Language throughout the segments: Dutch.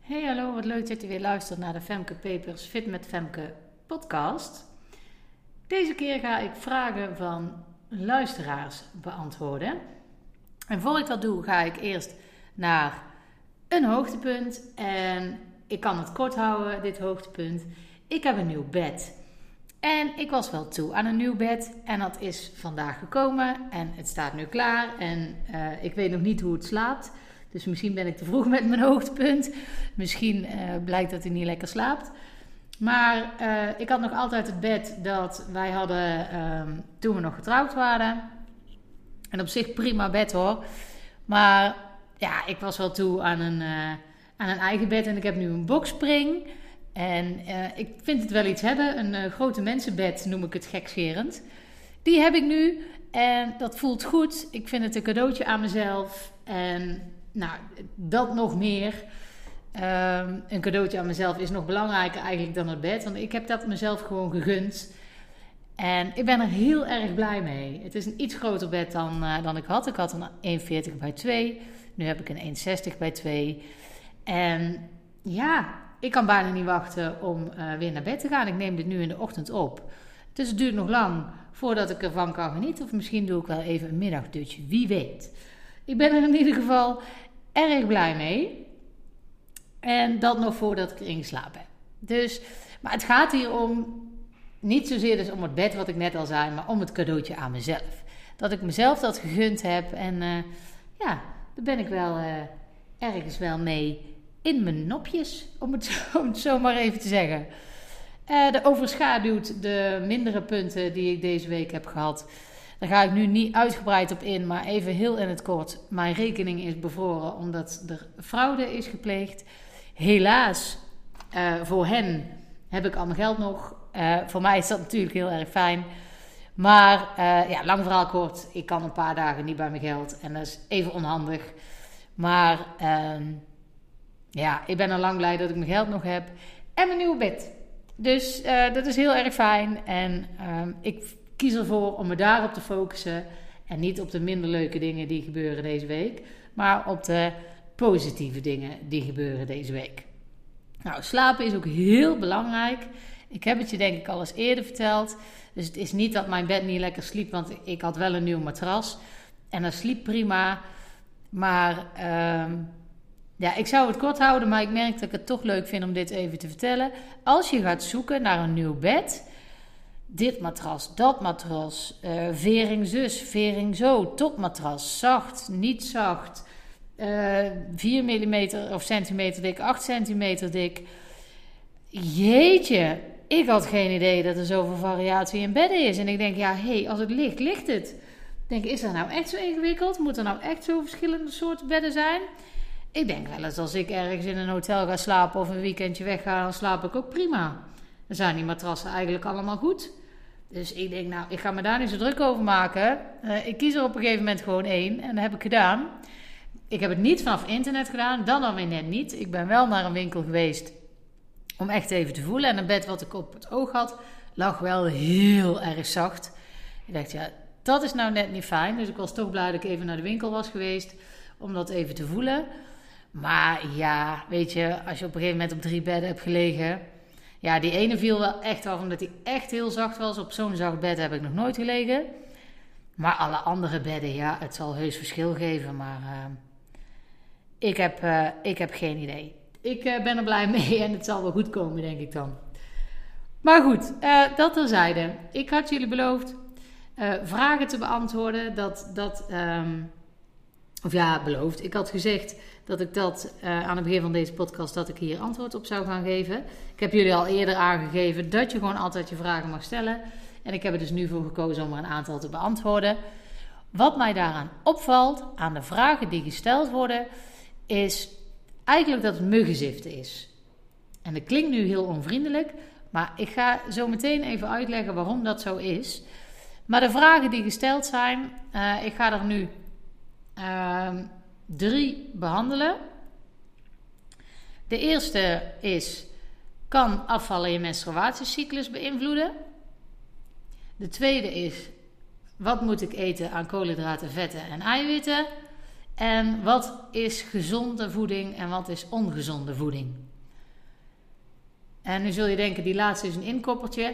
Hey hallo, wat leuk dat je weer luistert naar de Femke Papers Fit met Femke podcast. Deze keer ga ik vragen van luisteraars beantwoorden. En voor ik dat doe ga ik eerst naar een hoogtepunt. En ik kan het kort houden, dit hoogtepunt. Ik heb een nieuw bed. En ik was wel toe aan een nieuw bed. En dat is vandaag gekomen. En het staat nu klaar. En ik weet nog niet hoe het slaapt. Dus misschien ben ik te vroeg met mijn hoogtepunt. Misschien blijkt dat hij niet lekker slaapt. Maar ik had nog altijd het bed dat wij hadden toen we nog getrouwd waren. En op zich prima bed hoor. Maar ja, ik was wel toe aan een eigen bed. En ik heb nu een boxspring. En ik vind het wel iets hebben. Een grote mensenbed noem ik het gekscherend. Die heb ik nu. En dat voelt goed. Ik vind het een cadeautje aan mezelf. En nou, dat nog meer. Een cadeautje aan mezelf is nog belangrijker eigenlijk dan het bed. Want ik heb dat mezelf gewoon gegund. En ik ben er heel erg blij mee. Het is een iets groter bed dan ik had. Ik had een 1,40 bij 2. Nu heb ik een 1,60 bij 2. En ja, ik kan bijna niet wachten om weer naar bed te gaan. Ik neem dit nu in de ochtend op. Dus het duurt nog lang voordat ik ervan kan genieten. Of misschien doe ik wel even een middagdutje. Wie weet. Ik ben er in ieder geval erg blij mee. En dat nog voordat ik erin geslapen heb. Dus, maar het gaat hier om, niet zozeer dus om het bed wat ik net al zei, maar om het cadeautje aan mezelf. Dat ik mezelf dat gegund heb. En ja, daar ben ik wel ergens wel mee in mijn nopjes, om het zo maar even te zeggen. De overschaduwt de mindere punten die ik deze week heb gehad. Daar ga ik nu niet uitgebreid op in, maar even heel in het kort. Mijn rekening is bevroren omdat er fraude is gepleegd. Helaas, voor hen heb ik al mijn geld nog. Voor mij is dat natuurlijk heel erg fijn. Maar ja, lang verhaal kort, ik kan een paar dagen niet bij mijn geld. En dat is even onhandig. Maar ja, ik ben al lang blij dat ik mijn geld nog heb. En mijn nieuwe bed. Dus dat is heel erg fijn. En ik kies ervoor om me daarop te focussen. En niet op de minder leuke dingen die gebeuren deze week. Maar op de positieve dingen die gebeuren deze week. Nou, slapen is ook heel belangrijk. Ik heb het je denk ik al eens eerder verteld. Dus het is niet dat mijn bed niet lekker sliep. Want ik had wel een nieuw matras. En dat sliep prima. Maar ja, ik zou het kort houden. Maar ik merk dat ik het toch leuk vind om dit even te vertellen. Als je gaat zoeken naar een nieuw bed. Dit matras, dat matras, vering zus, vering zo, topmatras, zacht, niet zacht, 4 mm of centimeter dik, 8 centimeter dik. Jeetje, ik had geen idee dat er zoveel variatie in bedden is. En ik denk, ja, als het ligt, ligt het. Ik denk, is dat nou echt zo ingewikkeld? Moet er nou echt zo verschillende soorten bedden zijn? Ik denk wel eens als ik ergens in een hotel ga slapen of een weekendje wegga, dan slaap ik ook prima. Dan zijn die matrassen eigenlijk allemaal goed. Dus ik denk, nou, ik ga me daar niet zo druk over maken. Ik kies er op een gegeven moment gewoon 1. En dat heb ik gedaan. Ik heb het niet vanaf internet gedaan. Dan weer net niet. Ik ben wel naar een winkel geweest om echt even te voelen. En een bed wat ik op het oog had, lag wel heel erg zacht. Ik dacht, ja, dat is nou net niet fijn. Dus ik was toch blij dat ik even naar de winkel was geweest om dat even te voelen. Maar ja, weet je, als je op een gegeven moment op 3 bedden hebt gelegen. Ja, die ene viel wel echt af, omdat die echt heel zacht was. Op zo'n zacht bed heb ik nog nooit gelegen. Maar alle andere bedden, ja, het zal heus verschil geven. Maar ik heb geen idee. Ik ben er blij mee en het zal wel goed komen, denk ik dan. Maar goed, dat terzijde. Ik had jullie beloofd vragen te beantwoorden. Beloofd. Ik had gezegd dat ik dat aan het begin van deze podcast, dat ik hier antwoord op zou gaan geven. Ik heb jullie al eerder aangegeven dat je gewoon altijd je vragen mag stellen. En ik heb er dus nu voor gekozen om er een aantal te beantwoorden. Wat mij daaraan opvalt, aan de vragen die gesteld worden, is eigenlijk dat het muggenziften is. En dat klinkt nu heel onvriendelijk, maar ik ga zo meteen even uitleggen waarom dat zo is. Maar de vragen die gesteld zijn, ik ga er nu 3 behandelen. De eerste is: kan afvallen je menstruatiecyclus beïnvloeden? De tweede is: wat moet ik eten aan koolhydraten, vetten en eiwitten? En wat is gezonde voeding en wat is ongezonde voeding? En nu zul je denken, die laatste is een inkoppertje.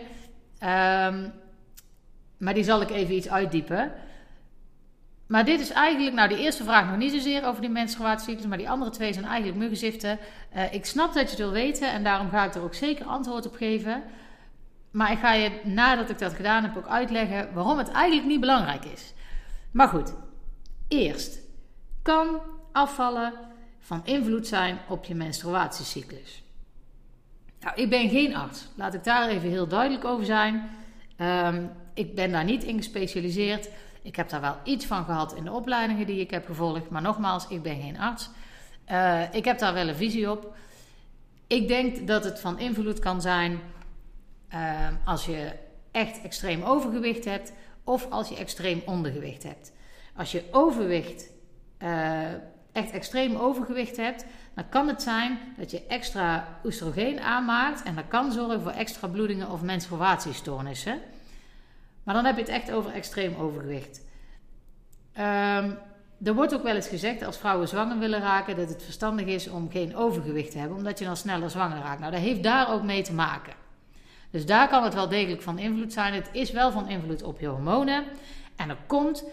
Maar die zal ik even iets uitdiepen. Maar dit is eigenlijk, nou die eerste vraag nog niet zozeer over die menstruatiecyclus, maar die andere twee zijn eigenlijk muggenziften. Ik snap dat je het wil weten en daarom ga ik er ook zeker antwoord op geven. Maar ik ga je, nadat ik dat gedaan heb, ook uitleggen waarom het eigenlijk niet belangrijk is. Maar goed, eerst, kan afvallen van invloed zijn op je menstruatiecyclus? Nou, ik ben geen arts. Laat ik daar even heel duidelijk over zijn. Ik ben daar niet in gespecialiseerd. Ik heb daar wel iets van gehad in de opleidingen die ik heb gevolgd. Maar nogmaals, ik ben geen arts. Ik heb daar wel een visie op. Ik denk dat het van invloed kan zijn als je echt extreem overgewicht hebt of als je extreem ondergewicht hebt. Als je overgewicht, echt extreem overgewicht hebt, dan kan het zijn dat je extra oestrogeen aanmaakt en dat kan zorgen voor extra bloedingen of menstruatiestoornissen. Maar dan heb je het echt over extreem overgewicht. Er wordt ook wel eens gezegd als vrouwen zwanger willen raken dat het verstandig is om geen overgewicht te hebben, omdat je dan sneller zwanger raakt. Nou, dat heeft daar ook mee te maken. Dus daar kan het wel degelijk van invloed zijn. Het is wel van invloed op je hormonen. En er komt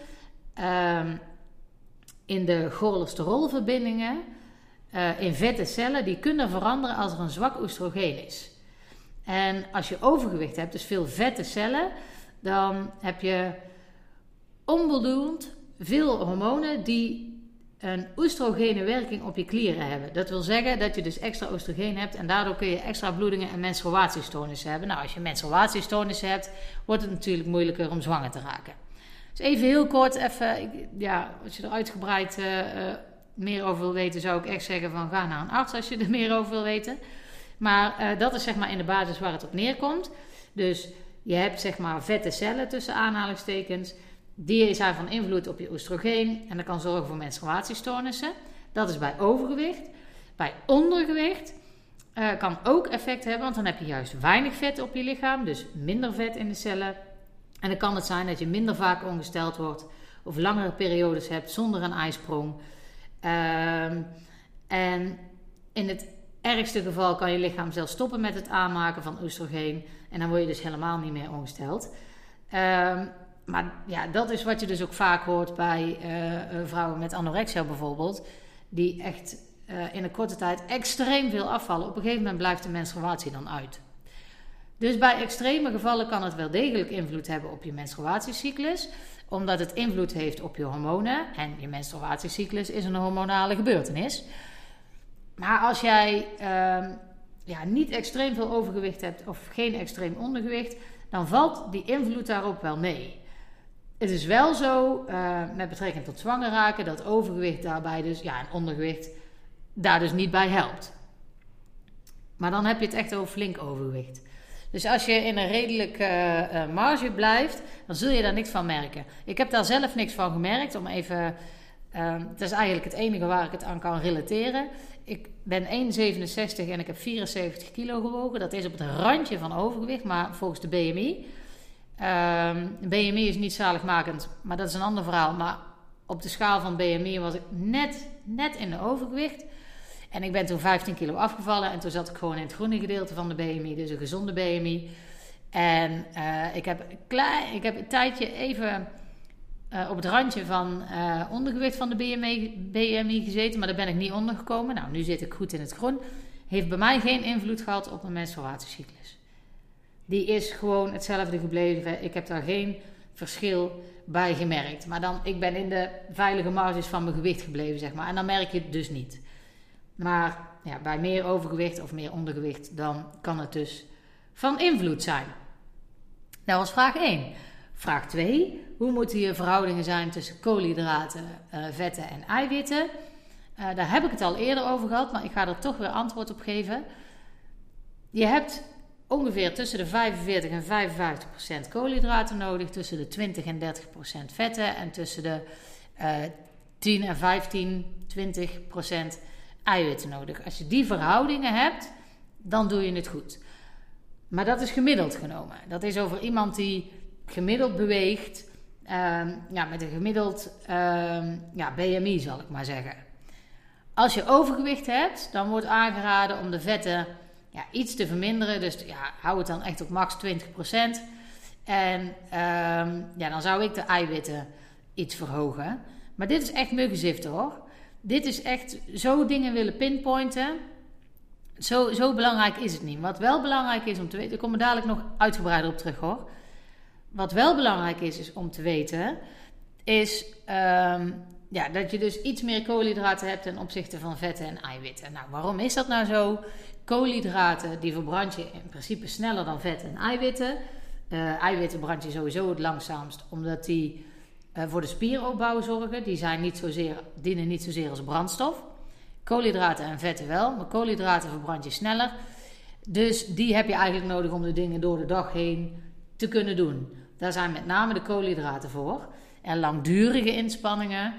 in de cholesterolverbindingen in vette cellen, die kunnen veranderen als er een zwak oestrogeen is. En als je overgewicht hebt, dus veel vette cellen, dan heb je onbedoeld veel hormonen die een oestrogene werking op je klieren hebben. Dat wil zeggen dat je dus extra oestrogeen hebt en daardoor kun je extra bloedingen en menstruatiestoornissen hebben. Nou, als je menstruatiestoornissen hebt, wordt het natuurlijk moeilijker om zwanger te raken. Dus even heel kort, als je er uitgebreid meer over wil weten, zou ik echt zeggen van ga naar een arts als je er meer over wil weten. Maar dat is zeg maar in de basis waar het op neerkomt. Dus je hebt zeg maar vette cellen tussen aanhalingstekens. Die zijn van invloed op je oestrogeen en dat kan zorgen voor menstruatiestoornissen. Dat is bij overgewicht. Bij ondergewicht kan ook effect hebben, want dan heb je juist weinig vet op je lichaam, dus minder vet in de cellen. En dan kan het zijn dat je minder vaak ongesteld wordt of langere periodes hebt zonder een ijsprong. En in het ergste geval kan je lichaam zelfs stoppen met het aanmaken van oestrogeen en dan word je dus helemaal niet meer ongesteld. Maar ja, dat is wat je dus ook vaak hoort bij vrouwen met anorexia bijvoorbeeld, die echt in een korte tijd extreem veel afvallen. Op een gegeven moment blijft de menstruatie dan uit. Dus bij extreme gevallen kan het wel degelijk invloed hebben op je menstruatiecyclus, omdat het invloed heeft op je hormonen. En je menstruatiecyclus is een hormonale gebeurtenis. Maar als jij niet extreem veel overgewicht hebt of geen extreem ondergewicht, dan valt die invloed daarop wel mee. Het is wel zo, met betrekking tot zwanger raken, dat overgewicht daarbij dus, en ondergewicht daar dus niet bij helpt. Maar dan heb je het echt over flink overgewicht. Dus als je in een redelijke marge blijft, dan zul je daar niks van merken. Ik heb daar zelf niks van gemerkt, het is eigenlijk het enige waar ik het aan kan relateren. Ik ben 1,67 en ik heb 74 kilo gewogen. Dat is op het randje van overgewicht, maar volgens de BMI. BMI is niet zaligmakend, maar dat is een ander verhaal. Maar op de schaal van BMI was ik net in de overgewicht. En ik ben toen 15 kilo afgevallen en toen zat ik gewoon in het groene gedeelte van de BMI, dus een gezonde BMI. En ik heb een tijdje even op het randje van ondergewicht van de BMI gezeten, maar daar ben ik niet onder gekomen. Nou, nu zit ik goed in het groen. Heeft bij mij geen invloed gehad op mijn menstruatiecyclus. Die is gewoon hetzelfde gebleven. Ik heb daar geen verschil bij gemerkt. Maar ik ben in de veilige marges van mijn gewicht gebleven, zeg maar. En dan merk je het dus niet. Maar ja, bij meer overgewicht of meer ondergewicht, dan kan het dus van invloed zijn. Dat was vraag 1. Vraag 2. Hoe moeten je verhoudingen zijn tussen koolhydraten, vetten en eiwitten? Daar heb ik het al eerder over gehad, maar ik ga er toch weer antwoord op geven. Je hebt ongeveer tussen de 45 en 55% koolhydraten nodig, tussen de 20 en 30% vetten en tussen de 10 en 15, 20% eiwitten nodig. Als je die verhoudingen hebt, dan doe je het goed. Maar dat is gemiddeld genomen. Dat is over iemand die gemiddeld beweegt met een gemiddeld BMI zal ik maar zeggen. Als je overgewicht hebt, dan wordt aangeraden om de vetten iets te verminderen. Dus hou het dan echt op max 20%. En dan zou ik de eiwitten iets verhogen. Maar dit is echt muggenziften hoor. Dit is echt zo dingen willen pinpointen. Zo belangrijk is het niet. Wat wel belangrijk is om te weten, ik kom er dadelijk nog uitgebreider op terug hoor. Wat wel belangrijk is om te weten, is dat je dus iets meer koolhydraten hebt ten opzichte van vetten en eiwitten. Nou, waarom is dat nou zo? Koolhydraten, die verbrand je in principe sneller dan vetten en eiwitten. Eiwitten brand je sowieso het langzaamst, omdat die voor de spieropbouw zorgen. Die dienen niet zozeer als brandstof. Koolhydraten en vetten wel, maar koolhydraten verbrand je sneller. Dus die heb je eigenlijk nodig om de dingen door de dag heen te kunnen doen. Daar zijn met name de koolhydraten voor. En langdurige inspanningen,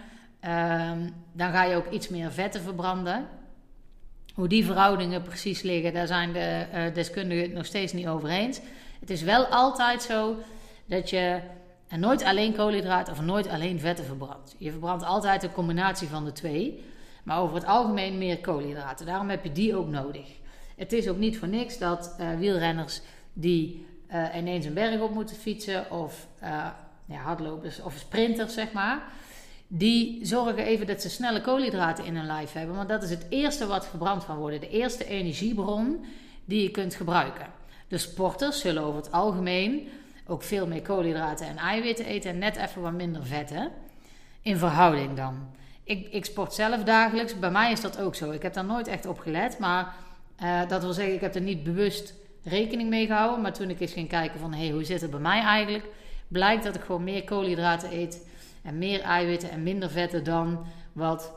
dan ga je ook iets meer vetten verbranden. Hoe die verhoudingen precies liggen, daar zijn de deskundigen het nog steeds niet over eens. Het is wel altijd zo dat je nooit alleen koolhydraten of nooit alleen vetten verbrandt. Je verbrandt altijd een combinatie van de twee, maar over het algemeen meer koolhydraten. Daarom heb je die ook nodig. Het is ook niet voor niks dat wielrenners die ineens een berg op moeten fietsen of hardlopers of sprinters zeg maar, die zorgen even dat ze snelle koolhydraten in hun lijf hebben. Want dat is het eerste wat verbrand kan worden. De eerste energiebron die je kunt gebruiken. De sporters zullen over het algemeen ook veel meer koolhydraten en eiwitten eten en net even wat minder vetten. In verhouding dan. Ik sport zelf dagelijks. Bij mij is dat ook zo. Ik heb daar nooit echt op gelet. Maar dat wil zeggen, ik heb er niet bewust rekening mee gehouden. Maar toen ik eens ging kijken van, hoe zit het bij mij eigenlijk? Blijkt dat ik gewoon meer koolhydraten eet en meer eiwitten en minder vetten dan wat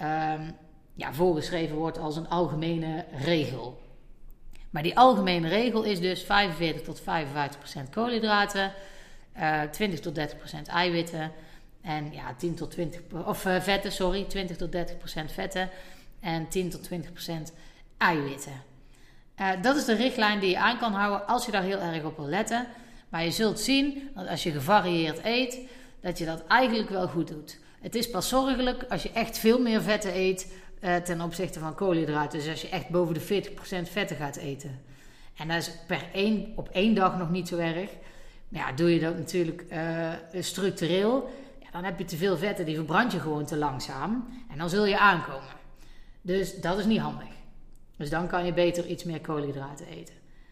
voorgeschreven wordt als een algemene regel. Maar die algemene regel is dus 45 tot 55% koolhydraten, 20 tot 30% eiwitten en 10 tot 20 vetten, 20 tot 30% vetten en 10 tot 20% eiwitten. Dat is de richtlijn die je aan kan houden als je daar heel erg op wil letten. Maar je zult zien dat als je gevarieerd eet, dat je dat eigenlijk wel goed doet. Het is pas zorgelijk als je echt veel meer vetten eet ten opzichte van koolhydraten. Dus als je echt boven de 40% vetten gaat eten. En dat is op één dag nog niet zo erg. Maar doe je dat natuurlijk structureel, dan heb je te veel vetten, die verbrand je gewoon te langzaam. En dan zul je aankomen. Dus dat is niet handig. Dus dan kan je beter iets meer koolhydraten eten.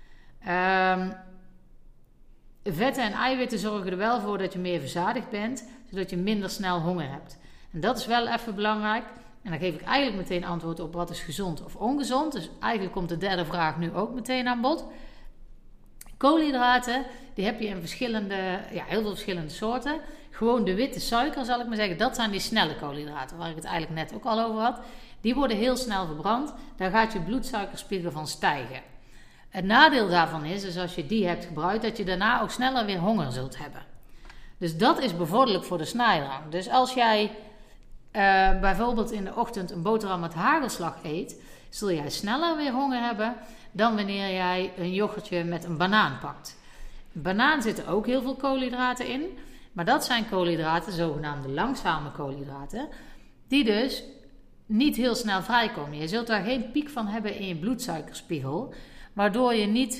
Vetten en eiwitten zorgen er wel voor dat je meer verzadigd bent, zodat je minder snel honger hebt. En dat is wel even belangrijk. En dan geef ik eigenlijk meteen antwoord op wat is gezond of ongezond. Dus eigenlijk komt de derde vraag nu ook meteen aan bod. Koolhydraten, die heb je in heel veel verschillende soorten. Gewoon de witte suiker, zal ik maar zeggen, dat zijn die snelle koolhydraten, waar ik het eigenlijk net ook al over had. Die worden heel snel verbrand. Daar gaat je bloedsuikerspiegel van stijgen. Het nadeel daarvan is als je die hebt gebruikt, dat je daarna ook sneller weer honger zult hebben. Dus dat is bevorderlijk voor de snijdrang. Dus als jij bijvoorbeeld in de ochtend een boterham met hagelslag eet, zul jij sneller weer honger hebben dan wanneer jij een yoghurtje met een banaan pakt. In banaan zitten ook heel veel koolhydraten in, maar dat zijn koolhydraten, zogenaamde langzame koolhydraten, die dus niet heel snel vrijkomen. Je zult daar geen piek van hebben in je bloedsuikerspiegel, waardoor je niet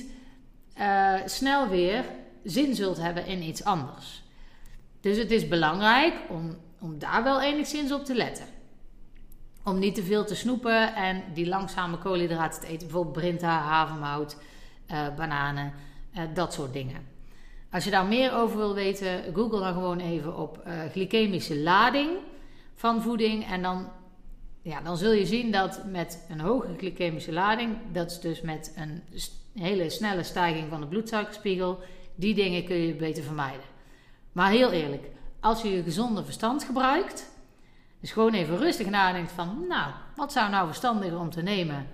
snel weer zin zult hebben in iets anders. Dus het is belangrijk om daar wel enigszins op te letten. Om niet te veel te snoepen en die langzame koolhydraten te eten. Bijvoorbeeld brinta, havermout, bananen, dat soort dingen. Als je daar meer over wil weten, google dan gewoon even op glycemische lading van voeding. En dan zul je zien dat met een hoge glycemische lading, dat is dus met een hele snelle stijging van de bloedsuikerspiegel, die dingen kun je beter vermijden. Maar heel eerlijk, als je je gezonde verstand gebruikt, dus gewoon even rustig nadenkt van, wat zou nou verstandiger om te nemen?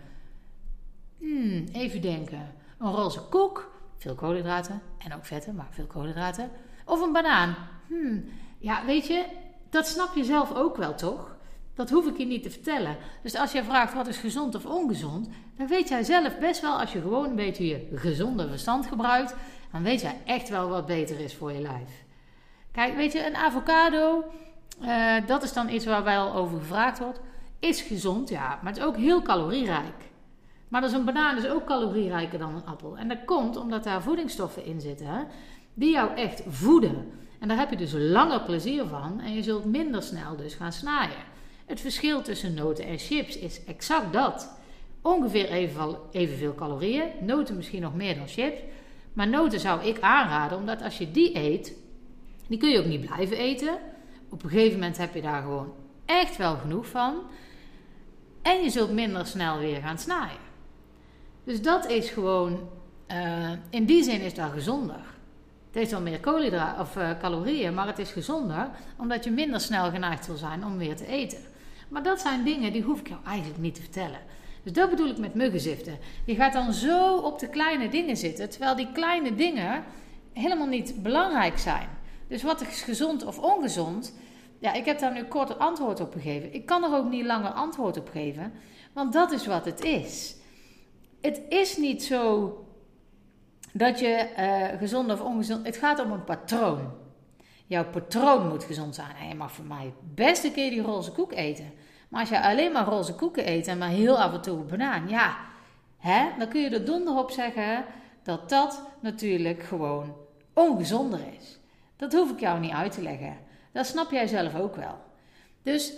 Even denken. Een roze koek, veel koolhydraten en ook vetten, maar veel koolhydraten. Of een banaan. Weet je, dat snap je zelf ook wel, toch? Dat hoef ik je niet te vertellen. Dus als jij vraagt wat is gezond of ongezond, dan weet jij zelf best wel, als je gewoon een beetje je gezonde verstand gebruikt, dan weet jij echt wel wat beter is voor je lijf. Kijk, weet je, een avocado, dat is dan iets waar wel over gevraagd wordt. Is gezond, ja, maar het is ook heel calorierijk. Maar dus een banaan is ook calorierijker dan een appel. En dat komt omdat daar voedingsstoffen in zitten, hè, die jou echt voeden. En daar heb je dus langer plezier van en je zult minder snel dus gaan snaaien. Het verschil tussen noten en chips is exact dat. Ongeveer evenveel calorieën, noten misschien nog meer dan chips. Maar noten zou ik aanraden, omdat als je die eet, die kun je ook niet blijven eten. Op een gegeven moment heb je daar gewoon echt wel genoeg van. En je zult minder snel weer gaan snaaien. Dus dat is gewoon, in die zin is dat gezonder. Het heeft wel meer calorieën, maar het is gezonder, omdat je minder snel geneigd zal zijn om weer te eten. Maar dat zijn dingen die hoef ik jou eigenlijk niet te vertellen. Dus dat bedoel ik met muggenziften. Je gaat dan zo op de kleine dingen zitten, terwijl die kleine dingen helemaal niet belangrijk zijn. Dus wat is gezond of ongezond? Ja, ik heb daar nu kort antwoord op gegeven. Ik kan er ook niet langer antwoord op geven, want dat is wat het is. Het is niet zo dat je gezond of ongezond... Het gaat om een patroon. Jouw patroon moet gezond zijn. En je mag voor mij best een keer die roze koek eten. Maar als je alleen maar roze koeken eet en maar heel af en toe een banaan... Ja, dan kun je er donder op zeggen dat dat natuurlijk gewoon ongezonder is. Dat hoef ik jou niet uit te leggen. Dat snap jij zelf ook wel. Dus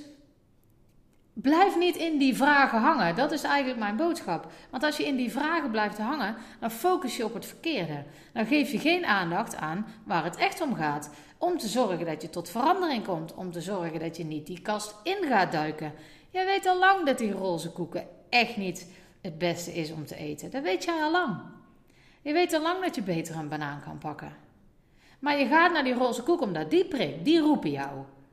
blijf niet in die vragen hangen. Dat is eigenlijk mijn boodschap. Want als je in die vragen blijft hangen, dan focus je op het verkeerde. Dan geef je geen aandacht aan waar het echt om gaat. Om te zorgen dat je tot verandering komt. Om te zorgen dat je niet die kast in gaat duiken. Jij weet al lang dat die roze koeken echt niet het beste is om te eten. Dat weet jij al lang. Je weet al lang dat je beter een banaan kan pakken. Maar je gaat naar die roze koek omdat die prikt, die roepen jou.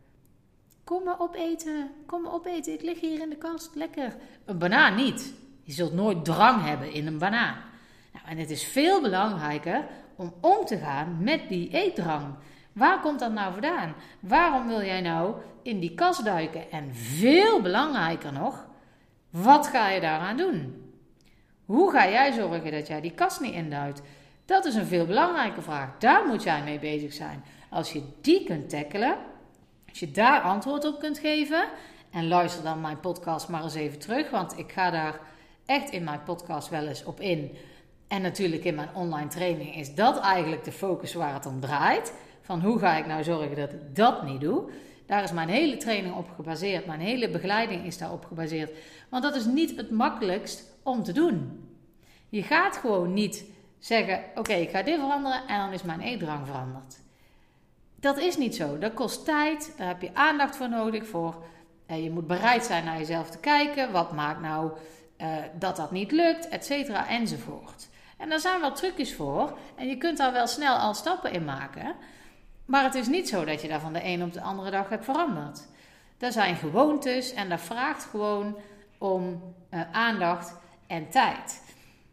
Kom maar opeten, ik lig hier in de kast, lekker. Een banaan niet. Je zult nooit drang hebben in een banaan. Nou, en het is veel belangrijker om te gaan met die eetdrang. Waar komt dat nou vandaan? Waarom wil jij nou in die kast duiken? En veel belangrijker nog, wat ga je daaraan doen? Hoe ga jij zorgen dat jij die kast niet induikt? Dat is een veel belangrijke vraag. Daar moet jij mee bezig zijn. Als je die kunt tackelen, als je daar antwoord op kunt geven, en luister dan mijn podcast maar eens even terug, want ik ga daar echt in mijn podcast wel eens op in. En natuurlijk in mijn online training is dat eigenlijk de focus waar het om draait. Van hoe ga ik nou zorgen dat ik dat niet doe? Daar is mijn hele training op gebaseerd. Mijn hele begeleiding is daarop gebaseerd. Want dat is niet het makkelijkst om te doen. Je gaat gewoon niet zeggen, oké, ik ga dit veranderen en dan is mijn eetdrang veranderd. Dat is niet zo. Dat kost tijd. Daar heb je aandacht voor nodig. Je moet bereid zijn naar jezelf te kijken. Wat maakt nou dat niet lukt, et cetera, enzovoort. En daar zijn wel trucjes voor. En je kunt daar wel snel al stappen in maken. Maar het is niet zo dat je daar van de een op de andere dag hebt veranderd. Dat zijn gewoontes en dat vraagt gewoon om aandacht en tijd.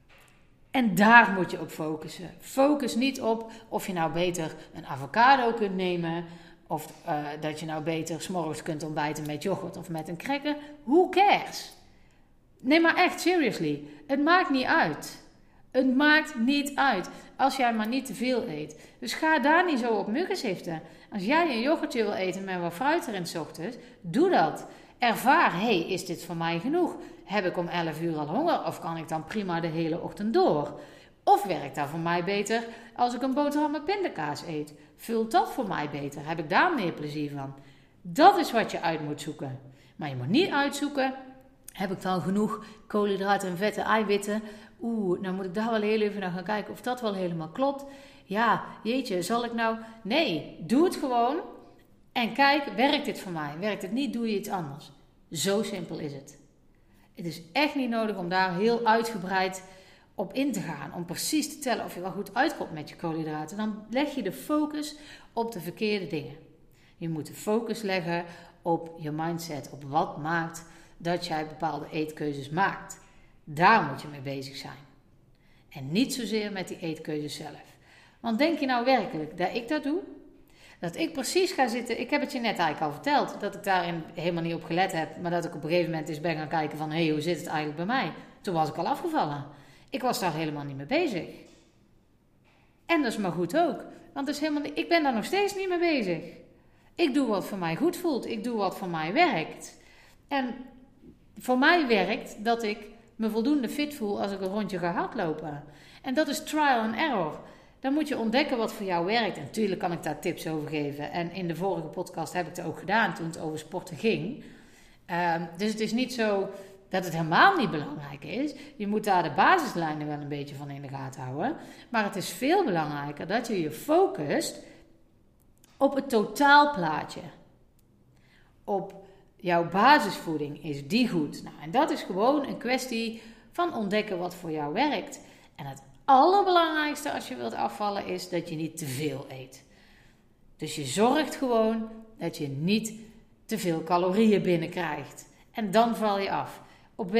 En daar moet je op focussen. Focus niet op of je nou beter een avocado kunt nemen, of dat je nou beter 's morgens kunt ontbijten met yoghurt of met een cracker. Who cares? Nee, maar echt, seriously. Het maakt niet uit. Het maakt niet uit als jij maar niet te veel eet. Dus ga daar niet zo op muggenziften. Als jij een yoghurtje wil eten met wat fruit erin 's ochtends, doe dat. Ervaar, is dit voor mij genoeg? Heb ik om 11 uur al honger of kan ik dan prima de hele ochtend door? Of werkt dat voor mij beter als ik een boterham met pindakaas eet? Vult dat voor mij beter? Heb ik daar meer plezier van? Dat is wat je uit moet zoeken. Maar je moet niet uitzoeken, heb ik dan genoeg koolhydraten en vetten, eiwitten? Nou moet ik daar wel heel even naar gaan kijken of dat wel helemaal klopt. Ja, jeetje, zal ik nou... Nee, doe het gewoon en kijk, werkt dit voor mij? Werkt het niet, doe je iets anders. Zo simpel is het. Het is echt niet nodig om daar heel uitgebreid op in te gaan. Om precies te tellen of je wel goed uitkomt met je koolhydraten. Dan leg je de focus op de verkeerde dingen. Je moet de focus leggen op je mindset. Op wat maakt dat jij bepaalde eetkeuzes maakt. Daar moet je mee bezig zijn. En niet zozeer met die eetkeuzes zelf. Want denk je nou werkelijk dat ik dat doe? Dat ik precies ga zitten... Ik heb het je net eigenlijk al verteld. Dat ik daarin helemaal niet op gelet heb. Maar dat ik op een gegeven moment eens ben gaan kijken van... hoe zit het eigenlijk bij mij? Toen was ik al afgevallen. Ik was daar helemaal niet mee bezig. En dat is maar goed ook. Want het is ik ben daar nog steeds niet mee bezig. Ik doe wat voor mij goed voelt. Ik doe wat voor mij werkt. En voor mij werkt dat ik me voldoende fit voel als ik een rondje ga hardlopen. En dat is trial and error. Dan moet je ontdekken wat voor jou werkt. En natuurlijk kan ik daar tips over geven. En in de vorige podcast heb ik het ook gedaan toen het over sporten ging. Dus het is niet zo dat het helemaal niet belangrijk is. Je moet daar de basislijnen wel een beetje van in de gaten houden. Maar het is veel belangrijker dat je je focust op het totaalplaatje. Op jouw basisvoeding, is die goed? Nou, en dat is gewoon een kwestie van ontdekken wat voor jou werkt. En het allerbelangrijkste als je wilt afvallen is dat je niet te veel eet. Dus je zorgt gewoon dat je niet te veel calorieën binnenkrijgt. En dan val je af. Op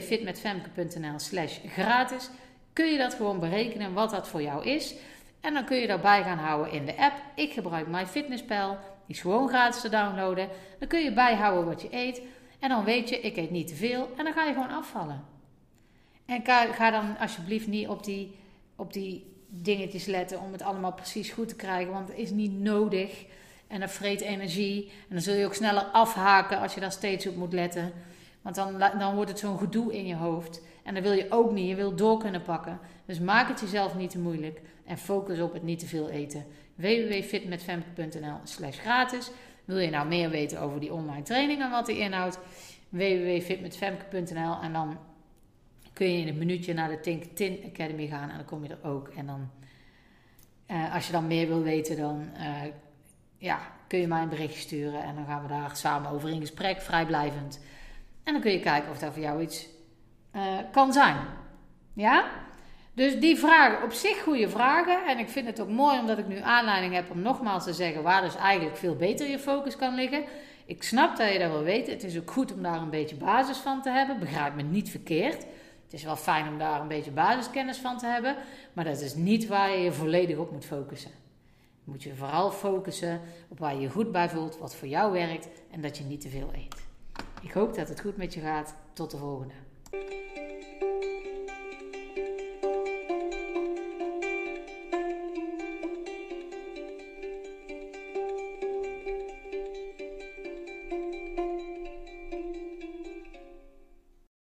www.fitmetfemke.nl/gratis kun je dat gewoon berekenen wat dat voor jou is. En dan kun je daarbij gaan houden in de app. Ik gebruik MyFitnessPal. Die is gewoon gratis te downloaden. Dan kun je bijhouden wat je eet. En dan weet je, ik eet niet te veel. En dan ga je gewoon afvallen. En ga dan alsjeblieft niet op die dingetjes letten om het allemaal precies goed te krijgen. Want het is niet nodig. En dat vreet energie. En dan zul je ook sneller afhaken als je daar steeds op moet letten. Want dan wordt het zo'n gedoe in je hoofd. En dat wil je ook niet. Je wil door kunnen pakken. Dus maak het jezelf niet te moeilijk. En focus op het niet te veel eten. www.fitmetfemke.nl/gratis. Wil je nou meer weten over die online training en wat die inhoudt? www.fitmetfemke.nl. En dan kun je in een minuutje naar de Think Tin Academy gaan. En dan kom je er ook. En dan, als je dan meer wil weten, dan kun je mij een berichtje sturen. En dan gaan we daar samen over in gesprek, vrijblijvend. En dan kun je kijken of dat voor jou iets kan zijn. Ja? Dus die vragen, op zich goede vragen. En ik vind het ook mooi omdat ik nu aanleiding heb om nogmaals te zeggen waar dus eigenlijk veel beter je focus kan liggen. Ik snap dat je dat wil weten. Het is ook goed om daar een beetje basis van te hebben. Begrijp me niet verkeerd. Het is wel fijn om daar een beetje basiskennis van te hebben. Maar dat is niet waar je je volledig op moet focussen. Je moet je vooral focussen op waar je je goed bij voelt, wat voor jou werkt en dat je niet te veel eet. Ik hoop dat het goed met je gaat. Tot de volgende.